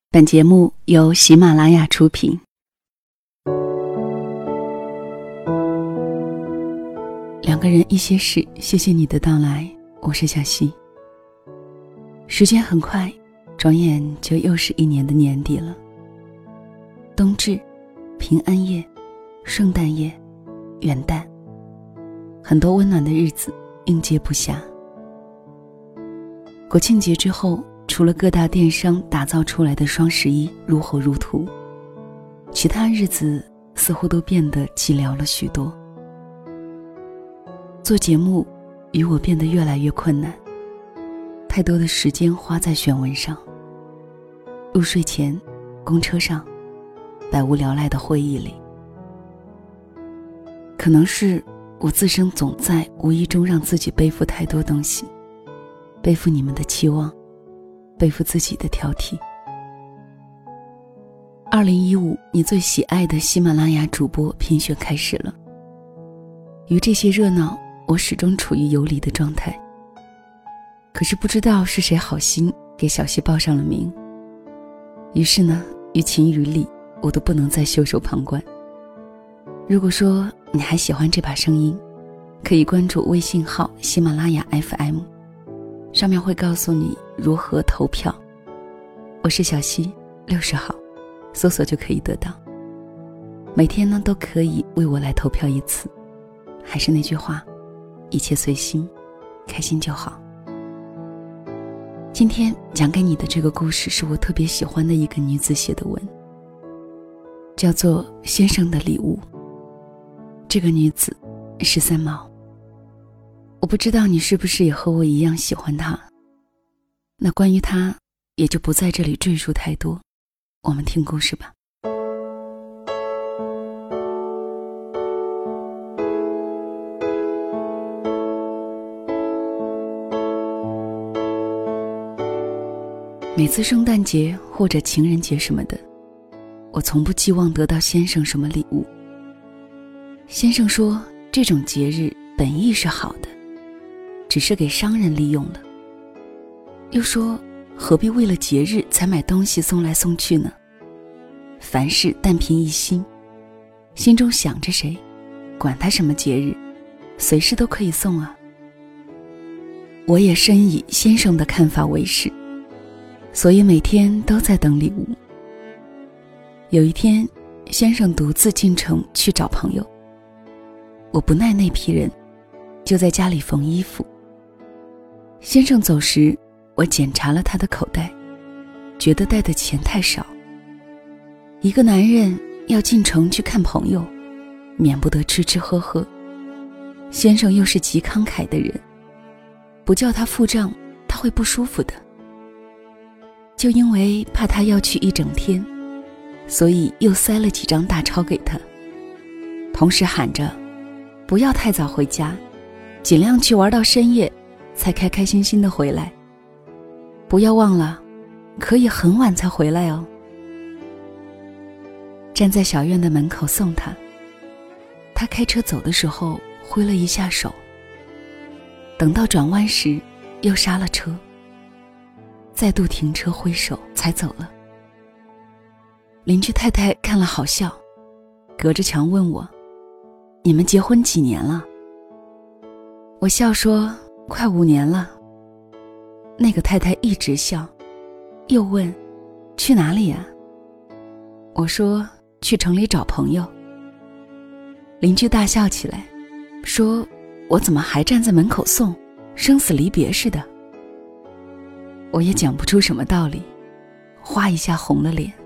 本节目由喜马拉雅出品。两个人一些事，谢谢你的到来，我是小溪。时间很快，转眼就又是一年的年底了。冬至、平安夜、圣诞夜、元旦，很多温暖的日子应接不暇。国庆节之后，除了各大电商打造出来的双11如火如荼，其他日子似乎都变得寂寥了许多。做节目与我变得越来越困难，太多的时间花在选文上，入睡前、公车上、百无聊赖的会议里。可能是我自身总在无意中让自己背负太多东西，背负你们的期望，背负自己的挑剔。2015你最喜爱的喜马拉雅主播评选开始了，于这些热闹，我始终处于游离的状态。可是不知道是谁好心给小溪报上了名，于是呢，于情于理，我都不能再袖手旁观。如果说你还喜欢这把声音，可以关注微信号喜马拉雅 FM， 上面会告诉你如何投票。我是小溪，60号，搜索就可以得到。每天呢都可以为我来投票一次。还是那句话，一切随心，开心就好。今天讲给你的这个故事是我特别喜欢的一个女子写的文，叫做《先生的礼物》。这个女子13毛。我不知道你是不是也和我一样喜欢她，那关于她也就不在这里赘述太多，我们听故事吧。每次圣诞节或者情人节什么的，我从不寄望得到先生什么礼物。先生说这种节日本意是好的，只是给商人利用了。又说何必为了节日才买东西送来送去呢？凡事但凭一心，心中想着谁，管他什么节日，随时都可以送啊。我也深以先生的看法为是，所以每天都在等礼物。有一天，先生独自进城去找朋友，我不耐那批人，就在家里缝衣服。先生走时，我检查了他的口袋，觉得带的钱太少。一个男人要进城去看朋友，免不得吃吃喝喝。先生又是极慷慨的人，不叫他付账，他会不舒服的。就因为怕他要去一整天，所以又塞了几张大钞给他，同时喊着不要太早回家，尽量去玩到深夜才开开心心的回来，不要忘了可以很晚才回来哦。站在小院的门口送他，他开车走的时候挥了一下手，等到转弯时又刹了车，再度停车挥手才走了。邻居太太看了好笑，隔着墙问我，你们结婚几年了？我笑说快5年了。那个太太一直笑，又问去哪里呀？我说去城里找朋友。邻居大笑起来，说我怎么还站在门口送，生死离别似的。我也讲不出什么道理，哗一下红了脸。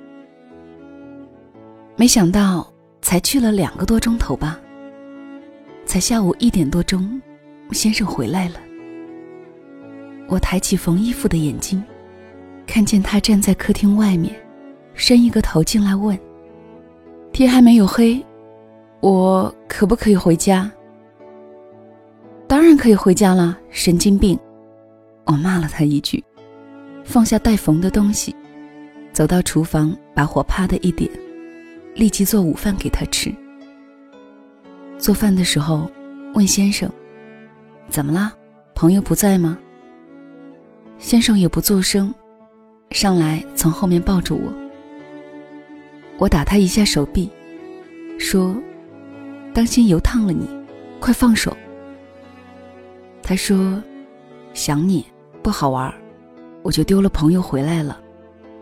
没想到才去了2个多钟头吧，才下午1点多钟，先生回来了。我抬起缝衣服的眼睛，看见他站在客厅外面，伸一个头进来问，天还没有黑，我可不可以回家？当然可以回家了，神经病。我骂了他一句，放下待缝的东西，走到厨房把火啪的一点，立即做午饭给他吃。做饭的时候问先生，怎么啦？朋友不在吗？先生也不作声， 上来从后面抱住我，我打他一下手臂，说：当心油烫了你，快放手。他说：想你不好玩，我就丢了朋友回来了。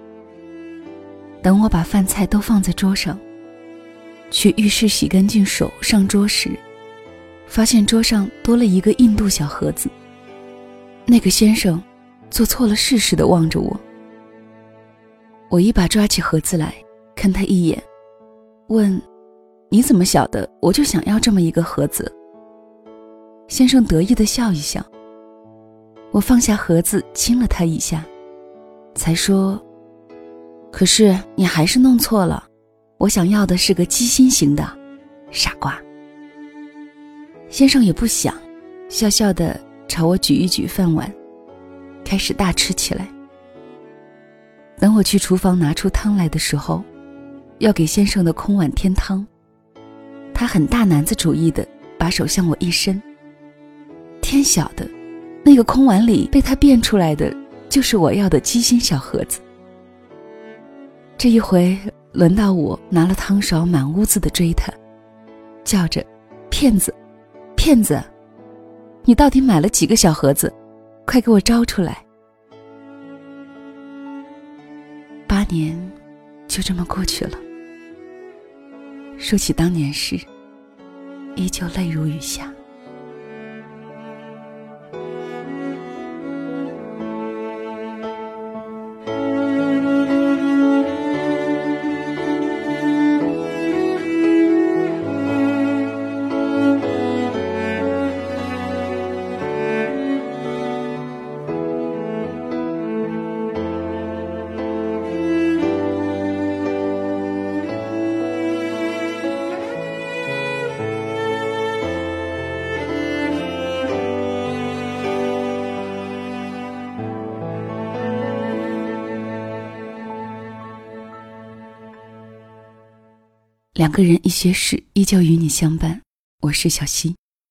等我把饭菜都放在桌上，去浴室洗干净手上桌时，发现桌上多了一个印度小盒子。那个先生做错了事似的望着我，我一把抓起盒子来，看他一眼，问：你怎么晓得我就想要这么一个盒子？先生得意地笑一笑。我放下盒子亲了他一下，才说：可是你还是弄错了，我想要的是个鸡心型的，傻瓜。先生也不想，笑笑地朝我举一举饭碗，开始大吃起来。等我去厨房拿出汤来的时候，要给先生的空碗添汤，他很大男子主义地把手向我一伸。天晓得，那个空碗里被他变出来的就是我要的鸡心小盒子。这一回轮到我拿了汤勺满屋子的追他，叫着：骗子，骗子，你到底买了几个小盒子？快给我招出来。8年就这么过去了，说起当年事，依旧泪如雨下。2个人一些事，依旧与你相伴。我是小溪。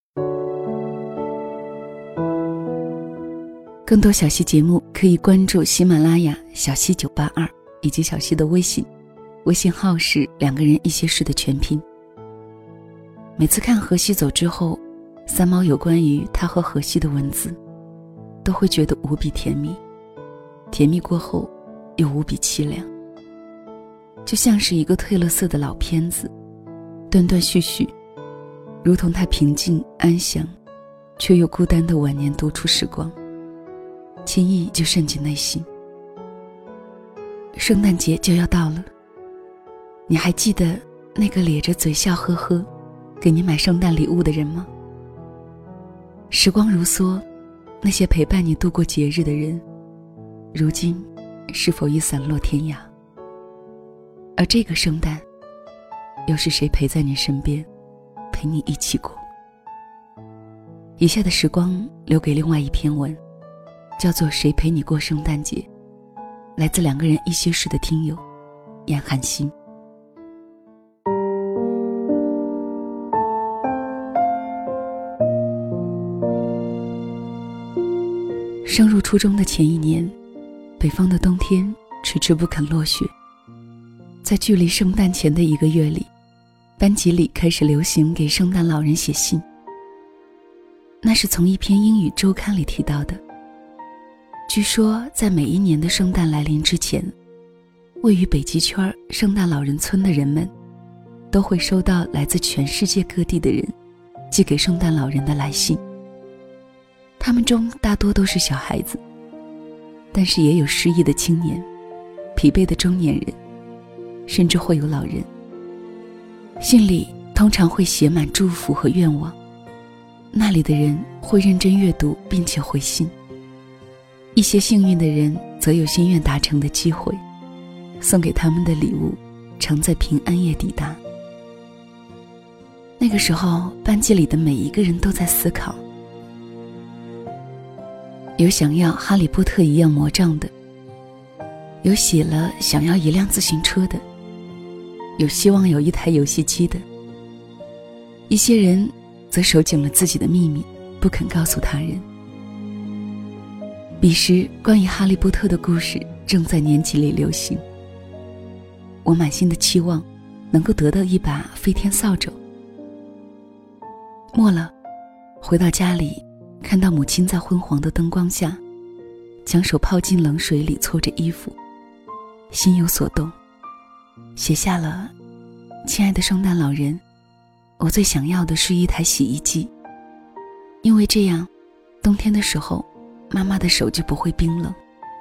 更多小溪节目可以关注喜马拉雅小溪982以及小溪的微信号是2个人一些事的全拼。每次看荷西走之后，三毛有关于他和荷西的文字，都会觉得无比甜蜜，甜蜜过后又无比凄凉，就像是一个褪了色的老片子，断断续续，如同他平静安详却又孤单的晚年独处时光，轻易就渗进内心。圣诞节就要到了，你还记得那个咧着嘴笑呵呵给你买圣诞礼物的人吗？时光如梭，那些陪伴你度过节日的人，如今是否已散落天涯？而这个圣诞，又是谁陪在你身边，陪你一起过？以下的时光留给另外一篇文，叫做《谁陪你过圣诞节》，来自2个人一些事的听友严寒心。升入初中的前1年，北方的冬天迟迟不肯落雪。在距离圣诞前的1个月里，班级里开始流行给圣诞老人写信。那是从一篇英语周刊里提到的。据说在每一年的圣诞来临之前，位于北极圈圣诞老人村的人们都会收到来自全世界各地的人寄给圣诞老人的来信。他们中大多都是小孩子，但是也有失意的青年，疲惫的中年人，甚至会有老人。信里通常会写满祝福和愿望，那里的人会认真阅读并且回信。一些幸运的人则有心愿达成的机会，送给他们的礼物常在平安夜抵达。那个时候，班级里的每一个人都在思考，有想要哈利波特一样魔杖的，有写了想要一辆自行车的，有希望有一台游戏机的。一些人则守紧了自己的秘密，不肯告诉他人。彼时关于哈利波特的故事正在年级里流行。我满心的期望能够得到一把飞天扫帚。末了，回到家里，看到母亲在昏黄的灯光下将手泡进冷水里搓着衣服，心有所动，写下了：亲爱的圣诞老人，我最想要的是一台洗衣机，因为这样冬天的时候妈妈的手就不会冰冷。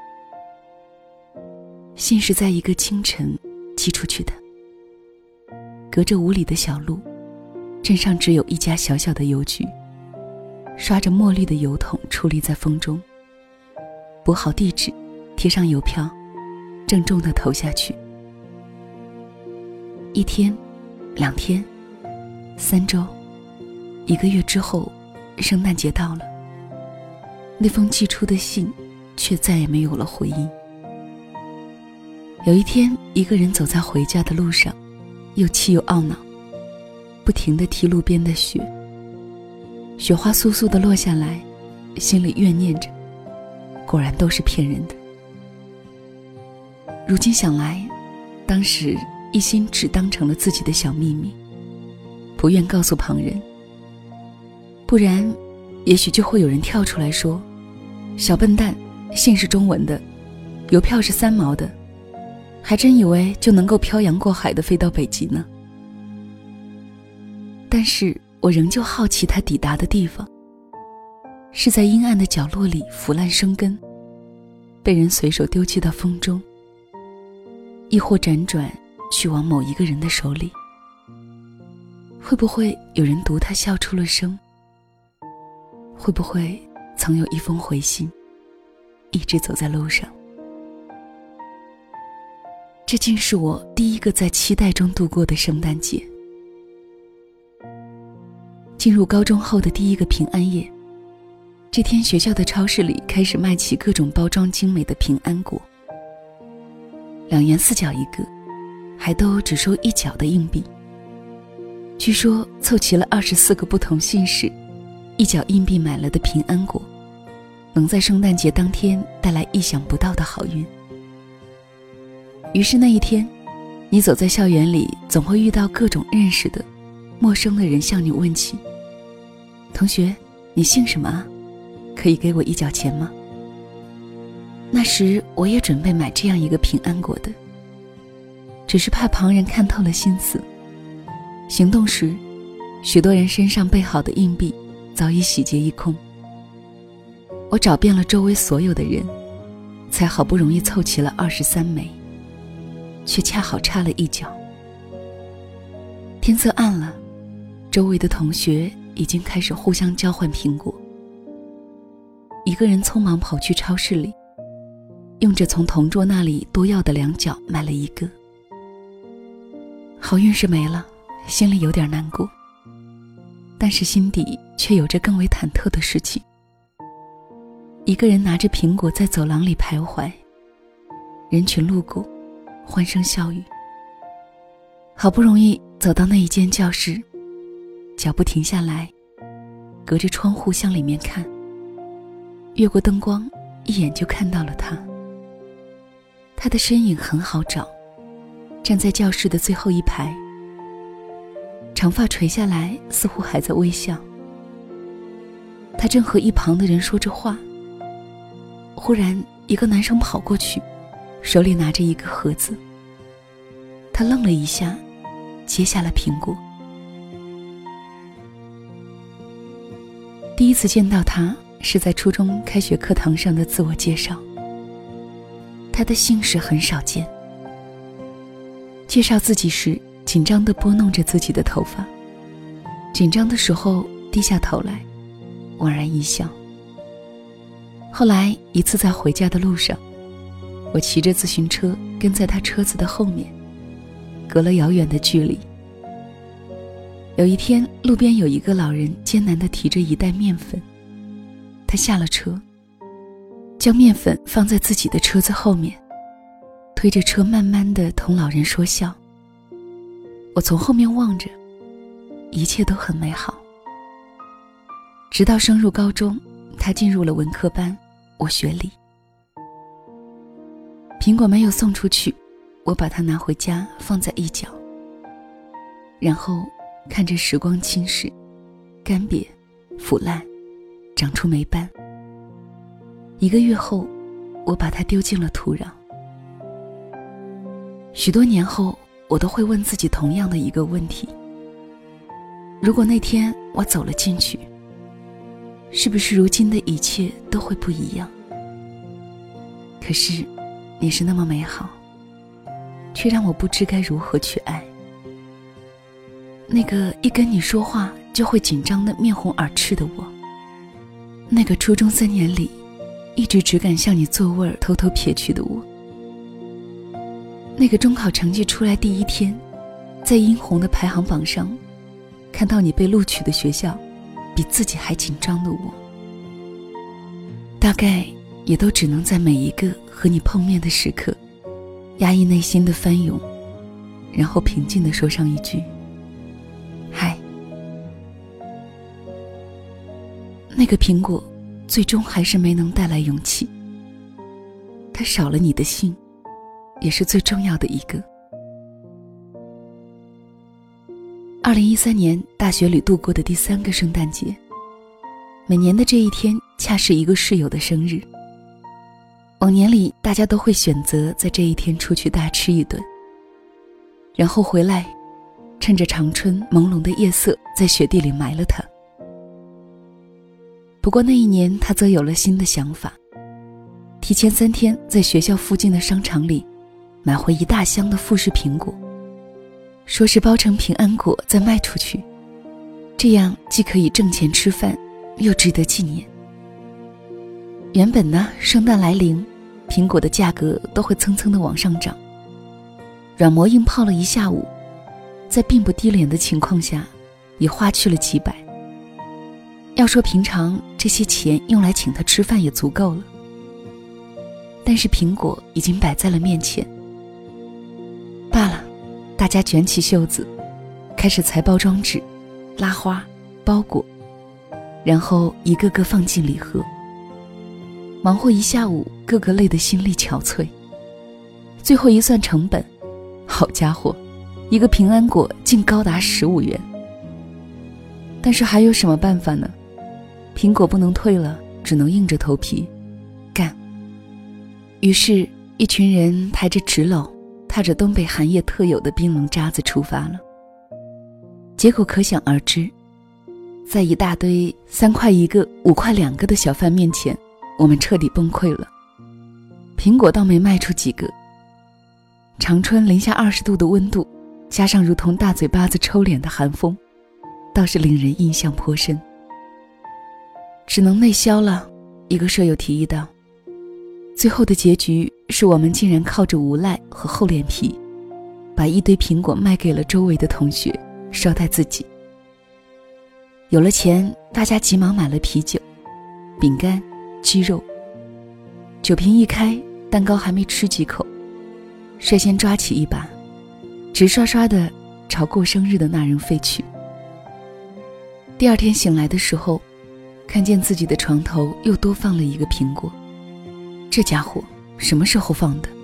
信是在一个清晨寄出去的。隔着5里的小路，镇上只有一家小小的邮局，刷着墨绿的邮筒矗立在风中，补好地址，贴上邮票，郑重地投下去。1天、2天、3周、1个月之后，圣诞节到了，那封寄出的信却再也没有了回音。有一天，一个人走在回家的路上，又气又懊恼，不停地踢路边的雪，雪花簌簌地落下来，心里怨念着，果然都是骗人的。如今想来，当时一心只当成了自己的小秘密，不愿告诉旁人，不然也许就会有人跳出来说：小笨蛋，信是中文的，邮票是3毛的，还真以为就能够漂洋过海地飞到北极呢。但是我仍旧好奇它抵达的地方，是在阴暗的角落里腐烂生根，被人随手丢弃到风中，亦或辗转去往某一个人的手里。会不会有人读它笑出了声？会不会曾有一封回信一直走在路上？这竟是我第一个在期待中度过的圣诞节。进入高中后的第一个平安夜，这天学校的超市里开始卖起各种包装精美的平安果，2元4角一个，还都只收1角的硬币。据说凑齐了24个不同姓氏1角硬币买了的平安果，能在圣诞节当天带来意想不到的好运。于是那一天，你走在校园里，总会遇到各种认识的、陌生的人向你问起：同学，你姓什么啊？可以给我1角钱吗？那时我也准备买这样一个平安果的，只是怕旁人看透了心思。行动时，许多人身上备好的硬币早已洗劫一空。我找遍了周围所有的人，才好不容易凑齐了23枚，却恰好差了1角。天色暗了，周围的同学已经开始互相交换苹果。一个人匆忙跑去超市里，用着从同桌那里多要的2角买了一个。好运是没了，心里有点难过，但是心底却有着更为忐忑的事情。一个人拿着苹果在走廊里徘徊，人群路过，欢声笑语。好不容易走到那一间教室，脚步停下来，隔着窗户向里面看，越过灯光，一眼就看到了他。他的身影很好找，站在教室的最后一排，长发垂下来，似乎还在微笑。他正和一旁的人说着话，忽然一个男生跑过去，手里拿着一个盒子。他愣了一下，接下了苹果。第一次见到他是在初中开学课堂上的自我介绍。他的姓氏很少见。介绍自己时，紧张地拨弄着自己的头发，紧张的时候低下头来，莞然一笑。后来一次在回家的路上，我骑着自行车跟在他车子的后面，隔了遥远的距离。有一天，路边有一个老人艰难地提着一袋面粉，他下了车，将面粉放在自己的车子后面，推着车慢慢地同老人说笑。我从后面望着，一切都很美好。直到升入高中，他进入了文科班，我学理。 苹果没有送出去，我把它拿回家放在一角，然后看着时光侵蚀、干瘪、腐烂，长出霉斑。1个月后，我把它丢进了土壤。许多年后，我都会问自己同样的一个问题：如果那天我走了进去，是不是如今的一切都会不一样？可是你是那么美好，却让我不知该如何去爱。那个一跟你说话就会紧张的面红耳赤的我，那个初中3年里一直只敢向你座位偷偷瞥去的我，那个中考成绩出来第1天，在殷红的排行榜上看到你被录取的学校比自己还紧张的我，大概也都只能在每一个和你碰面的时刻压抑内心的翻涌，然后平静地说上一句嗨。那个苹果最终还是没能带来勇气，它少了你的心，也是最重要的一个。2013年大学里度过的第3个圣诞节，每年的这一天恰是一个室友的生日。往年里大家都会选择在这一天出去大吃一顿，然后回来趁着长春朦胧的夜色在雪地里埋了它。不过那一年他则有了新的想法，提前3天在学校附近的商场里买回1大箱的富士苹果，说是包成平安果再卖出去，这样既可以挣钱吃饭，又值得纪念。原本呢，圣诞来临，苹果的价格都会蹭蹭地往上涨。软磨硬泡了一下午，在并不低廉的情况下，也花去了几百。要说平常这些钱用来请他吃饭也足够了，但是苹果已经摆在了面前。罢了，大家卷起袖子，开始裁包装纸、拉花、包裹，然后一个个放进礼盒。忙活一下午，个个累得心力憔悴。最后一算成本，好家伙，一个平安果竟高达15元。但是还有什么办法呢？苹果不能退了，只能硬着头皮干。于是一群人抬着纸篓，踏着东北寒夜特有的冰冷渣子出发了。结果可想而知，在一大堆3块1个、5块2个的小贩面前，我们彻底崩溃了。苹果倒没卖出几个，长春零下20度的温度，加上如同大嘴巴子抽脸的寒风，倒是令人印象颇深。只能内销了，一个舍友提议道。最后的结局是我们竟然靠着无赖和厚脸皮，把一堆苹果卖给了周围的同学，捎带自己。有了钱，大家急忙买了啤酒、饼干、鸡肉。酒瓶一开，蛋糕还没吃几口，率先抓起一把，直刷刷地朝过生日的那人飞去。第2天醒来的时候，看见自己的床头又多放了一个苹果，这家伙什么时候放的？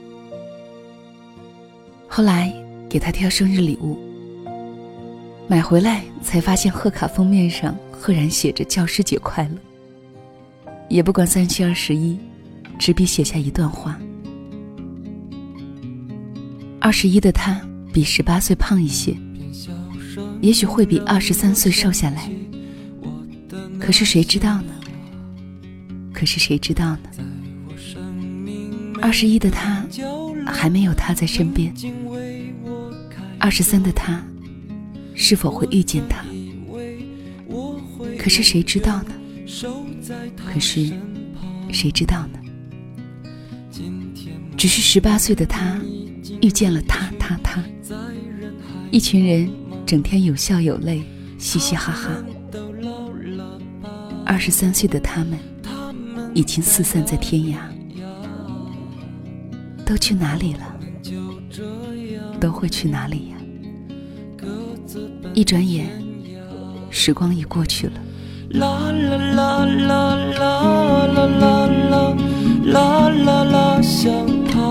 后来给他挑生日礼物，买回来才发现贺卡封面上赫然写着教师节快乐，也不管3七21，执笔写下一段话。21的他比18岁胖一些，也许会比23岁瘦下来，可是谁知道呢？21的他还没有他在身边，23的他是否会遇见他？可是谁知道呢？只是18岁的他遇见了他，一群人整天有笑有泪，嘻嘻哈哈。23岁的他们已经四散在天涯，都去哪里了？都会去哪里呀？一转眼，时光已过去了。啦啦啦啦啦啦啦啦啦啦啦，想他。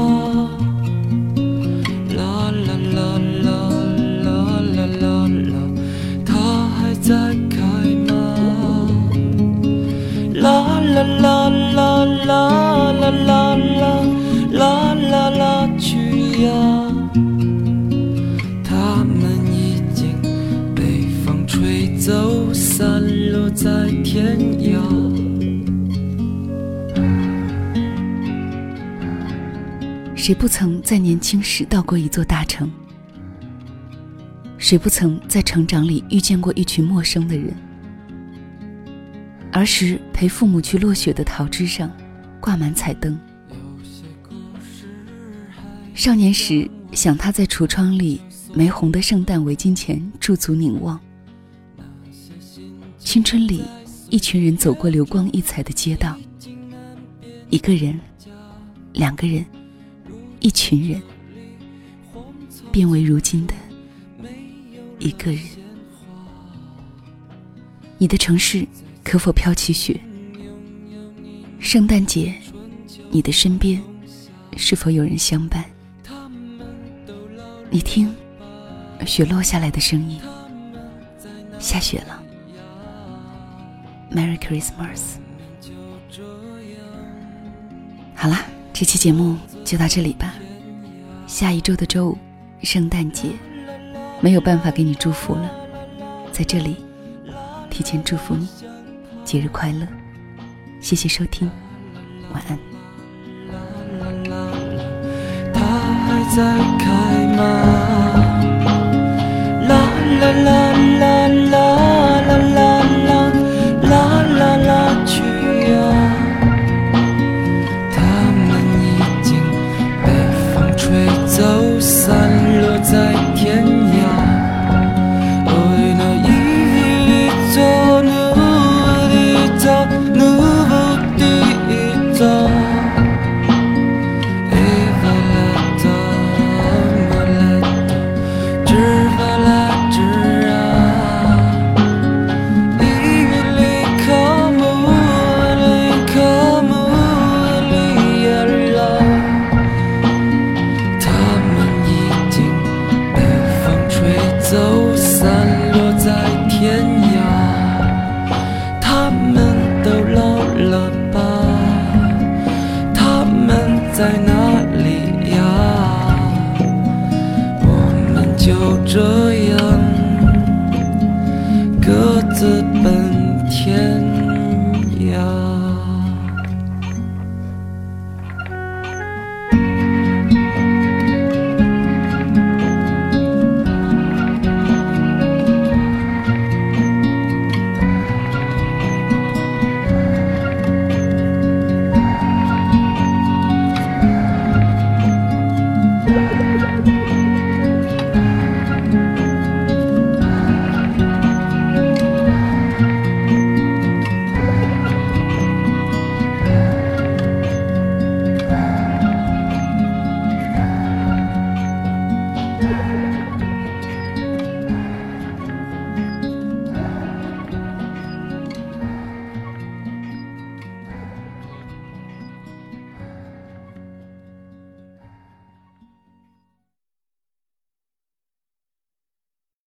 落在天涯。 谁不曾在年轻时到过一座大城？谁不曾在成长里遇见过一群陌生的人？儿时陪父母去落雪的桃枝上挂满彩灯，少年时想他在橱窗里玫红的圣诞围巾前驻足凝望，青春里一群人走过流光溢彩的街道，一个人，两个人，一群人，变为如今的一个人。你的城市可否飘起雪？圣诞节，你的身边是否有人相伴？你听，雪落下来的声音，下雪了。Merry Christmas。 好啦，这期节目就到这里吧。下一周的周五，圣诞节，没有办法给你祝福了，在这里提前祝福你节日快乐。谢谢收听，晚安。 它还在开吗？啦啦啦啦啦啦啦啦啦啦啦去呀！它们已经被风吹走，散落在天涯。在哪里呀？我们就这样各自奔天涯。